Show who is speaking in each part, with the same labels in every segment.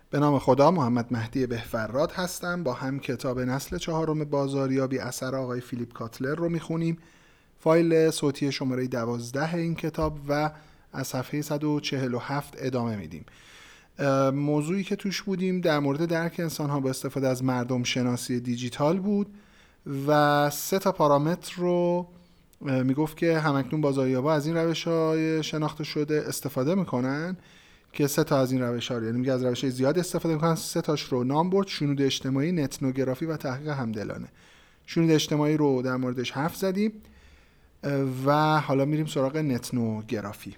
Speaker 1: به نام خدا، محمد مهدی بهفراد هستم. با هم کتاب نسل چهارم بازاریابی اثر آقای فیلیپ کاتلر رو میخونیم. فایل صوتی شماره 12 این کتاب و از صفحه 147 ادامه میدیم. موضوعی که توش بودیم در مورد درک انسان‌ها با استفاده از مردم شناسی دیجیتال بود و 3 پارامتر رو میگفت که همکنون بازاریابا از این روش‌های شناخته شده استفاده میکنن که 3 از این روش‌ها، یعنی میگه از روش‌های زیاد استفاده میکنن. 3 رو نام برد: شنود اجتماعی، نتنوگرافی و تحقیق همدلانه. شنود اجتماعی رو در موردش حرف زدیم و حالا میریم سراغ نتنوگرافی.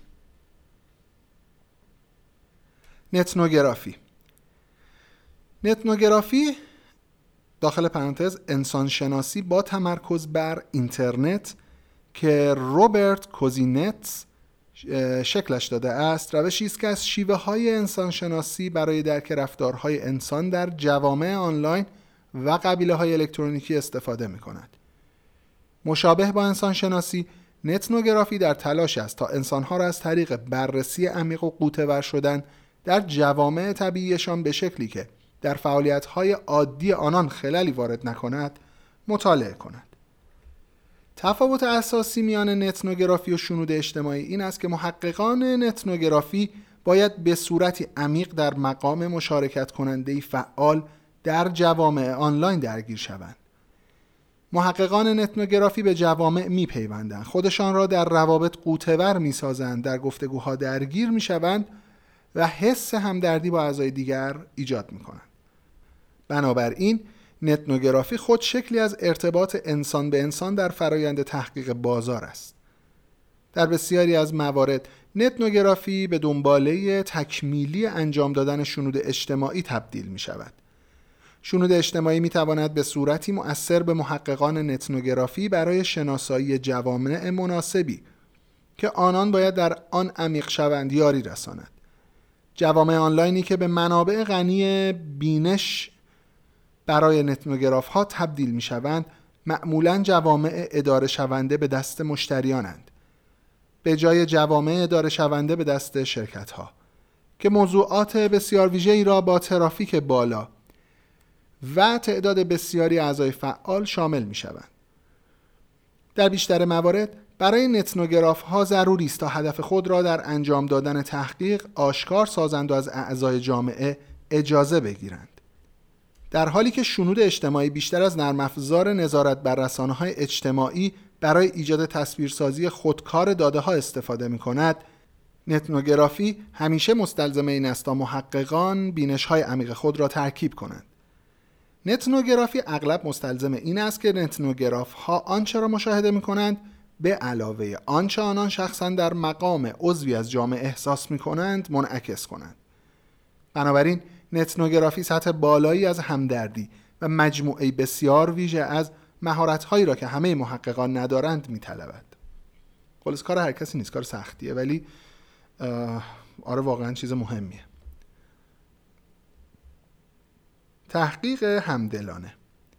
Speaker 1: نتنوگرافی داخل پرانتز انسانشناسی با تمرکز بر اینترنت که روبرت کوزینتس شکلش داده است، روشی است که از شیوه های انسانشناسی برای درک رفتارهای انسان در جوامع آنلاین و قبیله های الکترونیکی استفاده می کند. مشابه با انسانشناسی، نتنوگرافی در تلاش است تا انسانها را از طریق بررسی عمیق و غوطه‌ور شدن در جوامع طبیعیشان به شکلی که در فعالیت‌های عادی آنان خللی وارد نکند مطالعه کند. تفاوت اساسی میان نتنوگرافی و شنود اجتماعی این است که محققان نتنوگرافی باید به صورتی عمیق در مقام مشارکت کننده‌ای فعال در جوامع آنلاین درگیر شوند. محققان نتنوگرافی به جوامع میپیوندند، خودشان را در روابط غوطه‌ور میسازند، در گفتگوها درگیر میشوند و حس همدردی با اعضای دیگر ایجاد میکنند. بنابراین نتنوگرافی خود شکلی از ارتباط انسان به انسان در فرایند تحقیق بازار است. در بسیاری از موارد نتنوگرافی به دنباله تکمیلی انجام دادن شنود اجتماعی تبدیل می شود. شنود اجتماعی می تواند به صورتی مؤثر به محققان نتنوگرافی برای شناسایی جوامع مناسبی که آنان باید در آن عمیق شوند یاری رساند. جوامع آنلاینی که به منابع غنی بینش برای نتنوگراف ها تبدیل می شوند معمولاً جوامع اداره شونده به دست مشتریانند، به جای جوامع اداره شونده به دست شرکت ها که موضوعات بسیار ویژه‌ای را با ترافیک بالا و تعداد بسیاری اعضای فعال شامل می شوند. در بیشتر موارد برای نتنوگراف ها ضروری است تا هدف خود را در انجام دادن تحقیق آشکار سازند و از اعضای جامعه اجازه بگیرند. در حالی که شنود اجتماعی بیشتر از نرم افزار نظارت بر رسانه‌های اجتماعی برای ایجاد تصویرسازی خودکار داده‌ها استفاده می‌کند، نتنوگرافی همیشه مستلزم این است تا محققان بینش‌های عمیق خود را ترکیب کنند. نتنوگرافی اغلب مستلزم این است که نتنوگراف‌ها آنچه را مشاهده می‌کنند به علاوه آنچه آنان شخصاً در مقام عضوی از جامعه احساس می‌کنند منعکس کنند. بنابراین نتنوگرافی سطح بالایی از همدردی و مجموعه بسیار ویژه از مهارت‌هایی را که همه محققان ندارند می‌طلبد. خلاص کار هر کسی نیست، کار سختیه، ولی آره واقعا چیز مهمیه. تحقیق همدلانه.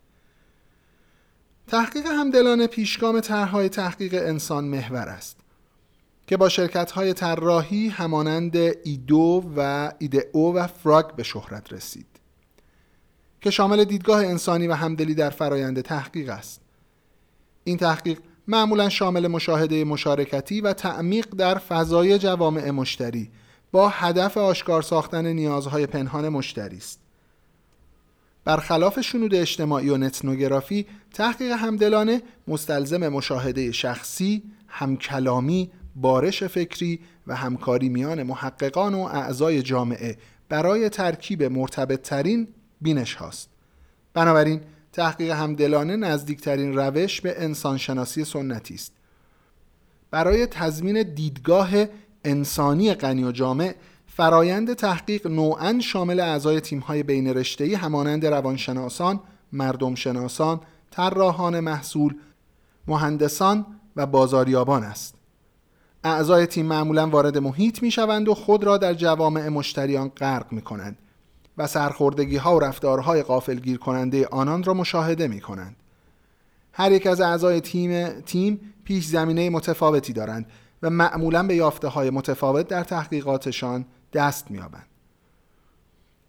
Speaker 1: تحقیق همدلانه پیشگام طرح‌های تحقیق انسان محور است که با شرکت‌های طراحی همانند ایدو و ایدئو و فراگ به شهرت رسید که شامل دیدگاه انسانی و همدلی در فرایند تحقیق است. این تحقیق معمولاً شامل مشاهده مشارکتی و تعمیق در فضای جوامع مشتری با هدف آشکار ساختن نیازهای پنهان مشتری است. برخلاف شنود اجتماعی و نتنوگرافی، تحقیق همدلانه مستلزم مشاهده شخصی، همکلامی، بارش فکری و همکاری میان محققان و اعضای جامعه برای ترکیب مرتبط‌ترین بینش هاست. بنابراین تحقیق همدلانه نزدیکترین روش به انسانشناسی سنتی است. برای تضمین دیدگاه انسانی غنی و جامع، فرایند تحقیق نوعاً شامل اعضای تیم‌های بین رشته‌ای همانند روانشناسان، مردمشناسان، طراحان محصول، مهندسان و بازاریابان است. اعضای تیم معمولاً وارد محیط می‌شوند و خود را در جوامع مشتریان غرق می‌کنند و سرخوردگی‌ها و رفتارهای غافلگیر کننده آنان را مشاهده می‌کنند. هر یک از اعضای تیم پیش زمینه متفاوتی دارند و معمولاً به یافته‌های متفاوت در تحقیقاتشان دست می‌یابند.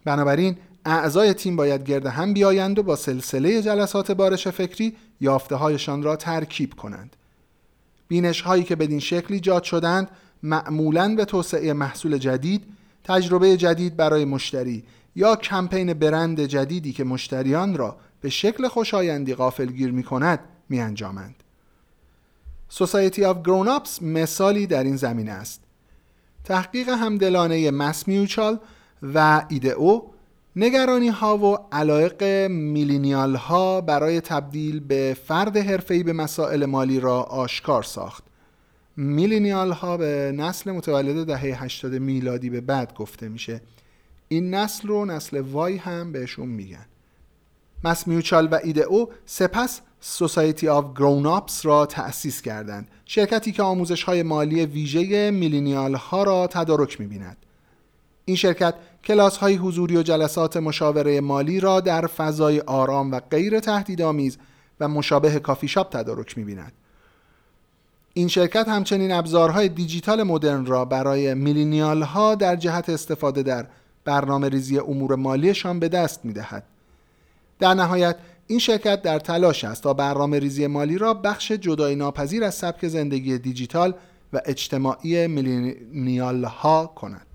Speaker 1: بنابراین اعضای تیم باید گرد هم بیایند و با سلسله جلسات بارش فکری یافته‌هایشان را ترکیب کنند. بینش‌هایی که بدین شکل ایجاد شدند معمولاً به توسعه محصول جدید، تجربه جدید برای مشتری یا کمپین برند جدیدی که مشتریان را به شکل خوشایندی غافلگیر می‌کند می‌انجامند. Society of Grown-ups مثالی در این زمینه است. تحقیق همدلانه مس میوچال و ایدئو نگرانی ها و علایق میلینیال ها برای تبدیل به فرد حرفه‌ای به مسائل مالی را آشکار ساخت. میلینیال ها به نسل متولد دهه 80 میلادی به بعد گفته میشه. این نسل رو نسل وای هم بهشون میگن. مس میوچال و ایدئو سپس Society of Grown-ups را تأسیس کردند، شرکتی که آموزش‌های مالی ویژه میلینیال ها را تدارک می‌بیند. این شرکت کلاس‌های حضوری و جلسات مشاوره مالی را در فضای آرام و غیر تهدیدآمیز و مشابه کافی شاپ تدارک می‌بیند. این شرکت همچنین ابزارهای دیجیتال مدرن را برای میلینیال ها در جهت استفاده در برنامه‌ریزی امور مالیشان به دست می‌دهد. در نهایت این شرکت در تلاش است تا برنامه‌ریزی مالی را بخش جدایی ناپذیر از سبک زندگی دیجیتال و اجتماعی میلینیال ها کند.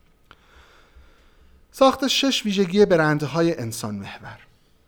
Speaker 1: ساخت 6 ویژگی برندهای انسان محور.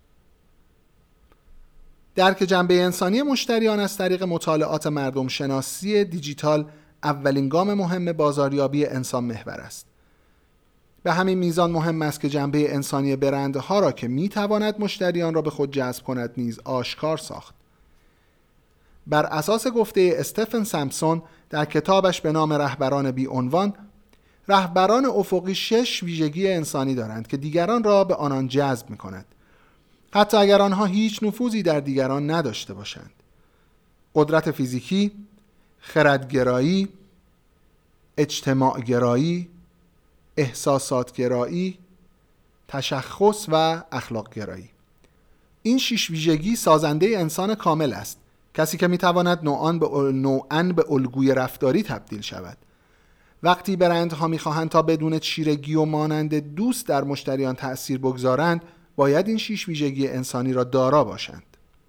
Speaker 1: درک جنبه انسانی مشتریان از طریق مطالعات مردم شناسی دیجیتال اولین گام مهم بازاریابی انسان محور است. به همین میزان مهم است که جنبه انسانی برندها را که میتواند مشتریان را به خود جذب کند نیز آشکار ساخت. بر اساس گفته استفن سامسون در کتابش به نام رهبران بی عنوان، رهبران افقی 6 ویژگی انسانی دارند که دیگران را به آنان جذب می‌کند، حتی اگر آنها هیچ نفوذی در دیگران نداشته باشند. قدرت فیزیکی، خردگرایی، اجتماع‌گرایی، احساسات‌گرایی، تشخص و اخلاق‌گرایی. این 6 ویژگی سازنده انسان کامل است، کسی که می‌تواند نوعاً به الگوی رفتاری تبدیل شود. وقتی برندها می‌خواهند تا بدون چیرگی و مانند دوست در مشتریان تأثیر بگذارند، باید این 6 ویژگی انسانی را دارا باشند.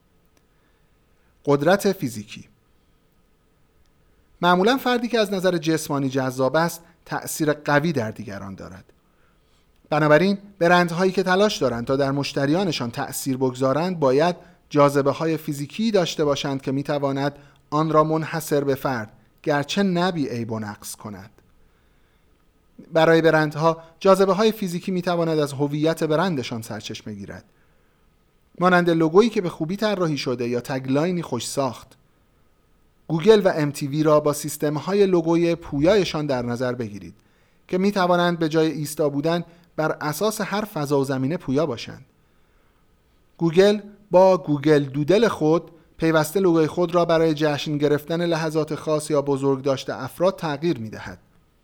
Speaker 1: قدرت فیزیکی. معمولاً فردی که از نظر جسمانی جذاب است، تأثیر قوی در دیگران دارد. بنابراین برندهایی که تلاش دارند تا در مشتریانشان تأثیر بگذارند، باید جاذبه‌های فیزیکی داشته باشند که می‌تواند آن را منحصر به فرد، گرچه نبی عیب و نقص کند. برای برندها جاذبه‌های فیزیکی می‌تواند از هویت برندشان سرچشمه گیرد، مانند لوگویی که به خوبی طراحی شده یا تگلاینی خوش ساخت. گوگل و MTV را با سیستم‌های لوگوی پویایشان در نظر بگیرید که می‌توانند به جای ایستا بودن بر اساس هر فضا و زمینه پویا باشند. گوگل با گوگل دودل خود پیوسته لوگوی خود را برای جشن گرفتن لحظات خاص یا بزرگ داشته افراد تغییر می‌دهد.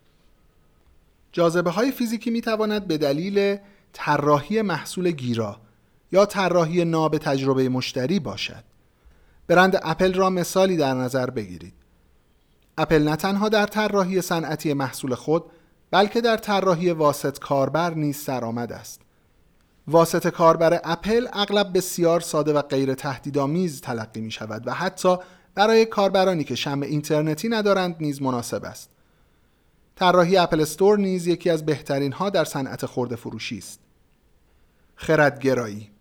Speaker 1: جاذبه‌های فیزیکی می‌تواند به دلیل طراحی محصول گیرا یا طراحی ناب تجربه مشتری باشد. برند اپل را مثالی در نظر بگیرید. اپل نه تنها در طراحی صنعتی محصول خود، بلکه در طراحی واسط کاربر نیز سرآمد است. واسط کاربر اپل اغلب بسیار ساده و غیر تهدیدآمیز تلقی می شود و حتی برای کاربرانی که شمع اینترنتی ندارند نیز مناسب است. طراحی اپل استور نیز یکی از بهترین ها در صنعت خرده فروشی است. خردگرایی.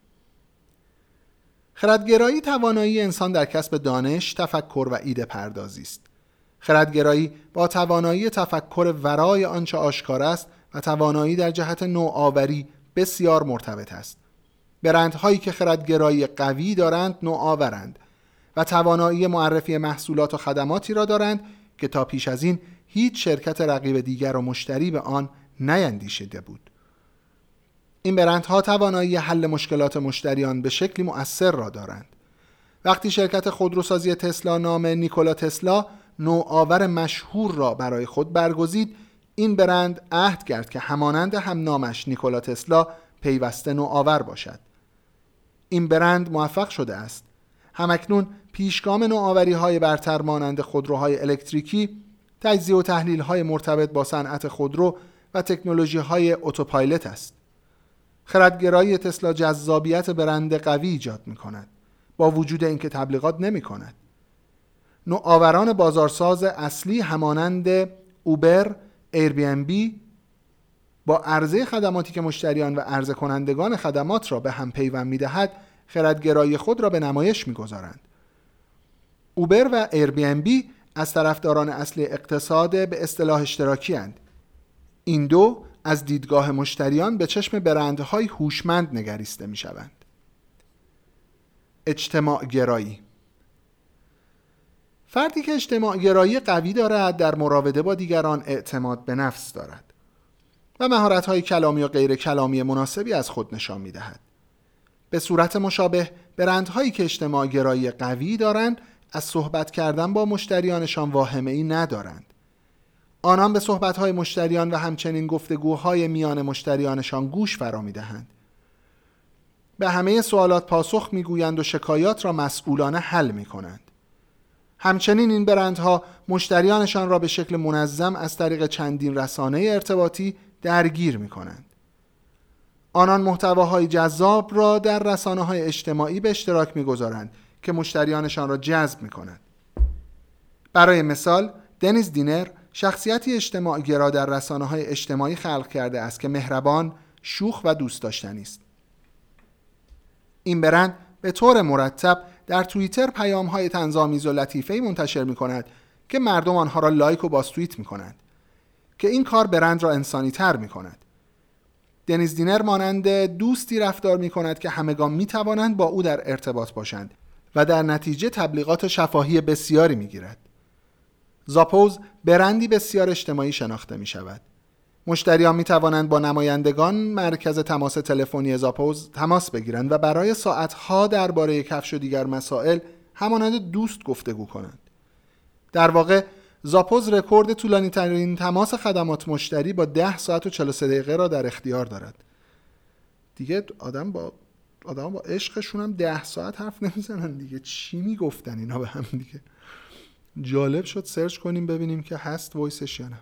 Speaker 1: خردگرایی توانایی انسان در کسب دانش، تفکر و ایده پردازی است. خردگرایی با توانایی تفکر ورای آنچه آشکار است و توانایی در جهت نوآوری بسیار مرتبط است. برندهایی که خردگرایی قوی دارند نوآورند و توانایی معرفی محصولات و خدماتی را دارند که تا پیش از این هیچ شرکت رقیب دیگر و مشتری به آن نیندیشیده بود. این برندها توانایی حل مشکلات مشتریان به شکلی مؤثر را دارند. وقتی شرکت خودروسازی تسلا نام نیکولا تسلا نوآور مشهور را برای خود برگزید، این برند عهد کرد که همانند هم نامش نیکولا تسلا پیوسته نوآور باشد. این برند موفق شده است. همکنون پیشگام نوآوری‌های برتر مانند خودروهای الکتریکی، تجزیه و تحلیل‌های مرتبط با صنعت خودرو و تکنولوژی‌های اتوپایلوت است. خردگرایی تسلا جذابیت برند قوی ایجاد می‌کند با وجود اینکه تبلیغات نمی‌کند. نوآوران بازارساز اصلی همانند اوبر، ایربی‌ان‌بی با عرضه خدماتی که مشتریان و عرضه کنندگان خدمات را به هم پیوند می‌دهد، خردگرایی خود را به نمایش می‌گذارند. اوبر و ایربی‌ان‌بی از طرفداران اصلی اقتصاد به اصطلاح اشتراکی اند. این دو از دیدگاه مشتریان به چشم برندهای هوشمند نگریسته می‌شوند. اجتماع گرایی. فردی که اجتماع گرایی قوی دارد در مراوده با دیگران اعتماد به نفس دارد و مهارت‌های کلامی و غیر کلامی مناسبی از خود نشان می‌دهد. به صورت مشابه برندهایی که اجتماع گرایی قوی دارند از صحبت کردن با مشتریانشان واهمه‌ای ندارند. آنان به صحبت‌های مشتریان و همچنین گفتگوهای میان مشتریانشان گوش فرا می‌دهند. به همه سوالات پاسخ می‌گویند و شکایات را مسئولانه حل می‌کنند. همچنین این برندها مشتریانشان را به شکل منظم از طریق چندین رسانه ارتباطی درگیر می‌کنند. آنان محتواهای جذاب را در رسانه‌های اجتماعی به اشتراک می‌گذارند که مشتریانشان را جذب می‌کنند. برای مثال، دنیس دینر شخصیتی اجتماع گرا در رسانه‌های اجتماعی خلق کرده است که مهربان، شوخ و دوست داشتنی است. این برند به طور مرتب در توییتر پیام‌های طنزآمیز و لطیفه‌ای منتشر می‌کند که مردم آنها را لایک و باستویت می‌کنند که این کار برند را انسانی‌تر می‌کند. دنیس دینر مانند دوستی رفتار می‌کند که همگان می‌توانند با او در ارتباط باشند و در نتیجه تبلیغات شفاهی بسیاری می‌گیرد. زاپوز برندی بسیار اجتماعی شناخته می‌شود. مشتریان می‌توانند با نمایندگان مرکز تماس تلفنی زاپوز تماس بگیرند و برای ساعت‌ها درباره کفش و دیگر مسائل همانند دوست گفتگو کنند. در واقع زاپوز رکورد طولانی‌ترین تماس خدمات مشتری با 10 ساعت و 43 دقیقه را در اختیار دارد. دیگه آدم با عشقشون هم 10 ساعت حرف نمیزنن دیگه. چی میگفتن اینا به هم دیگه؟ جالب شد سرچ کنیم ببینیم که هست وایسش یا نه.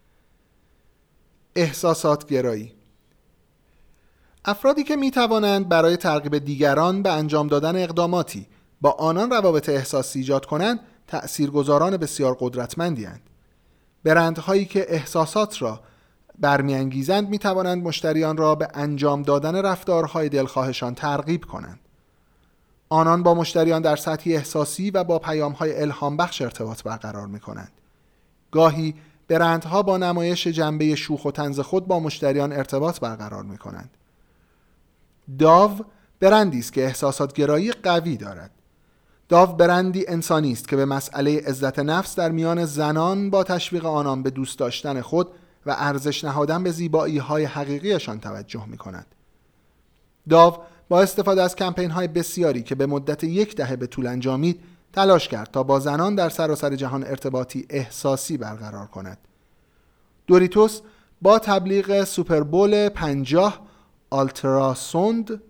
Speaker 1: احساسات گرایی. افرادی که میتوانند برای ترغیب دیگران به انجام دادن اقداماتی با آنان روابط احساسی ایجاد کنند تأثیرگذاران بسیار قدرتمندی اند. برندهایی که احساسات را برمیانگیزند میتوانند مشتریان را به انجام دادن رفتارهای دلخواهشان ترغیب کنند. آنان با مشتریان در سطحی احساسی و با پیام‌های الهام بخش ارتباط برقرار می‌کنند. گاهی برندها با نمایش جنبه شوخ و طنز خود با مشتریان ارتباط برقرار می‌کنند. داو برندی است که احساسات گرایی قوی دارد. داو برندی انسانی است که به مسئله عزت نفس در میان زنان با تشویق آنان به دوست داشتن خود و ارزش نهادن به زیبایی‌های حقیقیشان توجه می‌کند. داو با استفاده از کمپین‌های بسیاری که به مدت 10 دهه به طول انجامید تلاش کرد تا با زنان در سراسر جهان ارتباطی احساسی برقرار کند. دوریتوس با تبلیغ سوپربول 50 آلتراسوند،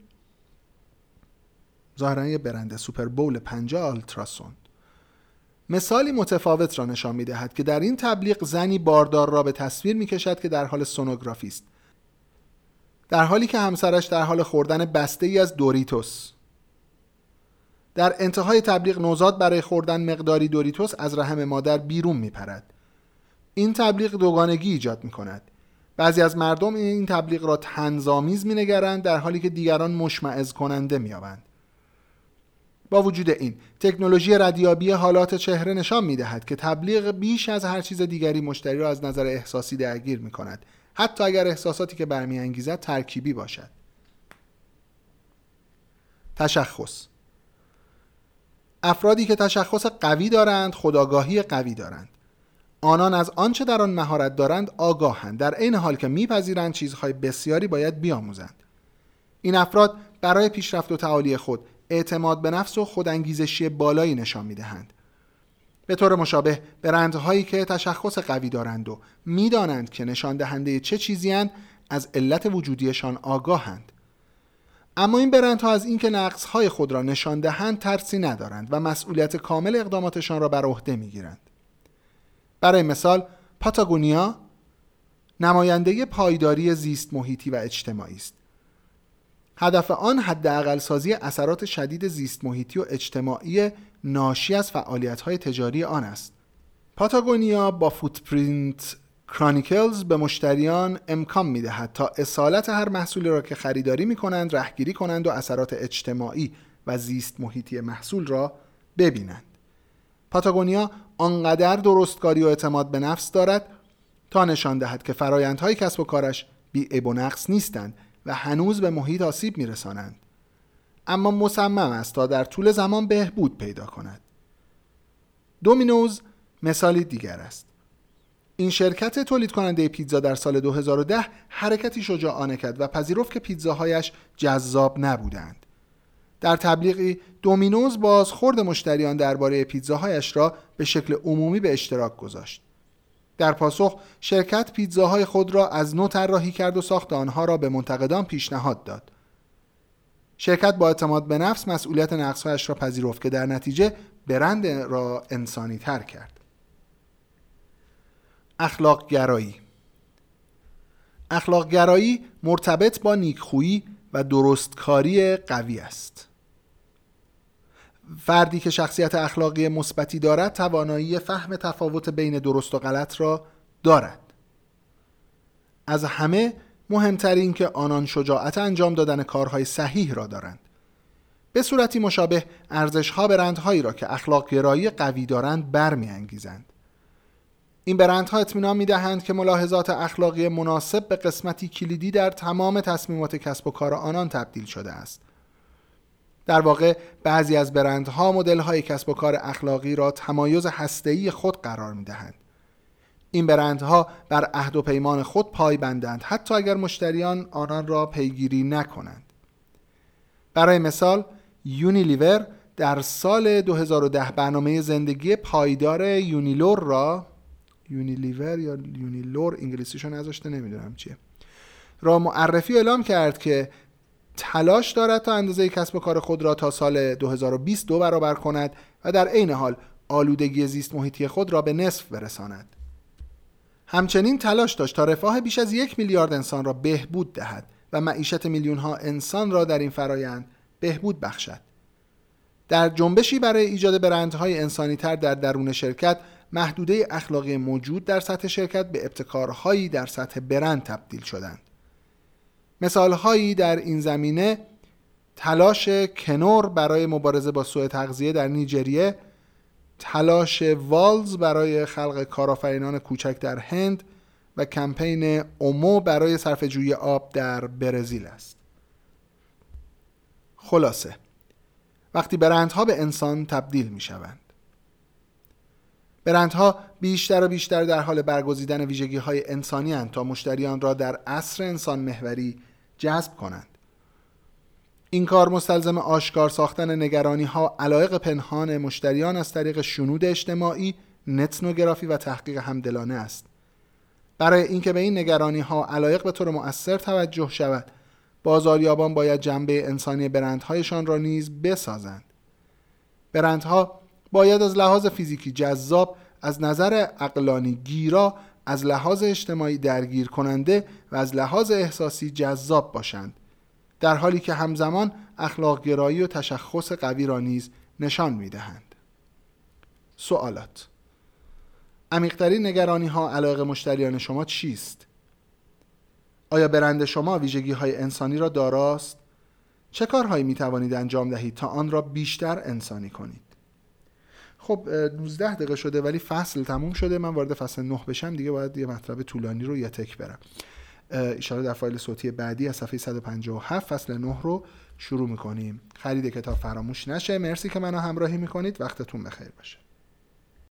Speaker 1: ظاهراً یه برند سوپربول 50 آلتراسوند، مثالی متفاوت را نشان می‌دهد که در این تبلیغ زنی باردار را به تصویر می‌کشد که در حال سونوگرافی است، در حالی که همسرش در حال خوردن بسته‌ای از دوریتوس. در انتهای تبلیغ نوزاد برای خوردن مقداری دوریتوس از رحم مادر بیرون میپرد. این تبلیغ دوگانگی ایجاد میکند. بعضی از مردم این تبلیغ را طنزآمیز مینگرند در حالی که دیگران مشمئز کننده مییابند. با وجود این تکنولوژی ردیابی حالات چهره نشان میدهد که تبلیغ بیش از هر چیز دیگری مشتری را از نظر احساسی درگیر میکند، حتی اگر احساساتی که برمیانگیزد ترکیبی باشد. تشخص. افرادی که تشخص قوی دارند خودآگاهی قوی دارند. آنان از آنچه در آن مهارت دارند آگاهند، در عین حال که میپذیرند چیزهای بسیاری باید بیاموزند. این افراد برای پیشرفت و تعالی خود اعتماد به نفس و خودانگیزشی بالایی نشان میدهند. به طور مشابه برندهایی که تشخص قوی دارند و میدانند که نشان دهنده چه چیزی‌اند از علت وجودیشان آگاهند. اما این برندها از اینکه نقص‌های خود را نشان دهند ترسی ندارند و مسئولیت کامل اقداماتشان را بر عهده می‌گیرند. برای مثال پاتاگونیا نماینده پایداری زیست محیطی و اجتماعی است. هدف آن حداقل سازی اثرات شدید زیست محیطی و اجتماعی ناشی از فعالیت‌های تجاری آن است. پاتاگونیا با فوتپرینت کرانیکلز به مشتریان امکان می‌دهد تا اصالت هر محصولی را که خریداری می‌کنند رهگیری کنند و اثرات اجتماعی و زیست محیطی محصول را ببینند. پاتاگونیا آنقدر درستکاری و اعتماد به نفس دارد تا نشان دهد که فرآیندهای کسب و کارش بی‌عیب و نقص نیستند و هنوز به محیط آسیب می‌رسانند، اما مصمم است تا در طول زمان بهبود پیدا کند. دومینوز مثالی دیگر است. این شرکت تولید کننده پیتزا در سال 2010 حرکتی شجاعانه کرد و پذیرفت که پیتزاهایش جذاب نبودند. در تبلیغی دومینوز بازخورد مشتریان درباره پیتزاهایش را به شکل عمومی به اشتراک گذاشت. در پاسخ شرکت پیتزاهای خود را از نو طراحی کرد و ساخت آنها را به منتقدان پیشنهاد داد. شرکت با اعتماد به نفس مسئولیت نقص‌هایش را پذیرفت که در نتیجه برند را انسانی تر کرد. اخلاق گرایی مرتبط با نیکخویی و درستکاری قوی است. فردی که شخصیت اخلاقی مثبتی دارد توانایی فهم تفاوت بین درست و غلط را دارد. از همه مهمتر این که آنان شجاعت انجام دادن کارهای صحیح را دارند. به صورتی مشابه ارزش‌ها برندهایی را که اخلاق گرایی قوی دارند برمی‌انگیزند. این برندها اطمینان می‌دهند که ملاحظات اخلاقی مناسب به قسمتی کلیدی در تمام تصمیمات کسب و کار آنان تبدیل شده است. در واقع بعضی از برندها مدل‌های کسب و کار اخلاقی را تمایز هسته‌ای خود قرار می‌دهند. این برندها بر عهد و پیمان خود پایبندند حتی اگر مشتریان آنان را پیگیری نکنند. برای مثال یونیلیور در سال 2010 برنامه زندگی پایدار یونیلیور یا یونیلور انگلیسیشو نذاشته نمیدونم چیه را معرفی اعلام کرد که تلاش دارد تا اندازه کسب و کار خود را تا سال 2020 2 برابر کند و در عین حال آلودگی زیست محیطی خود را به نصف برساند. همچنین تلاش داشت تا رفاه بیش از 1 میلیارد انسان را بهبود دهد و معیشت میلیون‌ها انسان را در این فرایند بهبود بخشد. در جنبشی برای ایجاد برندهای انسانی‌تر در درون شرکت، محدوده اخلاقی موجود در سطح شرکت به ابتکارهایی در سطح برند تبدیل شدند. مثالهایی در این زمینه تلاش کنور برای مبارزه با سوء تغذیه در نیجریه، تلاش والز برای خلق کارآفرینان کوچک در هند و کمپین اومو برای صرفه‌جویی آب در برزیل است. خلاصه وقتی برندها به انسان تبدیل می شوند، برندها بیشتر و بیشتر در حال برگزیدن ویژگی‌های انسانی اند تا مشتریان را در عصر انسان محوری جذب کنند. این کار مستلزم آشکار ساختن نگرانی‌ها علایق پنهان مشتریان از طریق شنود اجتماعی، نتنوگرافی و تحقیق همدلانه است. برای اینکه به این نگرانی‌ها علایق به طور مؤثر توجه شود، بازاریابان باید جنبه انسانی برندهایشان را نیز بسازند. برندها باید از لحاظ فیزیکی جذاب، از نظر عقلانی گیرا، از لحاظ اجتماعی درگیر کننده و از لحاظ احساسی جذاب باشند، در حالی که همزمان اخلاق گرایی و تشخص قوی را نیز نشان می‌دهند. سوالات: عمیق‌ترین نگرانی‌ها علایق مشتریان شما چیست؟ آیا برند شما ویژگی‌های انسانی را داراست؟ چه کارهایی می‌توانید انجام دهید تا آن را بیشتر انسانی کنید؟ خب 19 دقیقه شده ولی فصل تموم شده. من وارد فصل 9 بشم دیگه باید یه مطلب طولانی رو یه تک برم. ان شاءالله در فایل صوتی بعدی از صفحه 157 فصل 9 رو شروع می‌کنیم. خرید کتاب فراموش نشه. مرسی که منو همراهی می‌کنید. وقتتون بخیر باشه.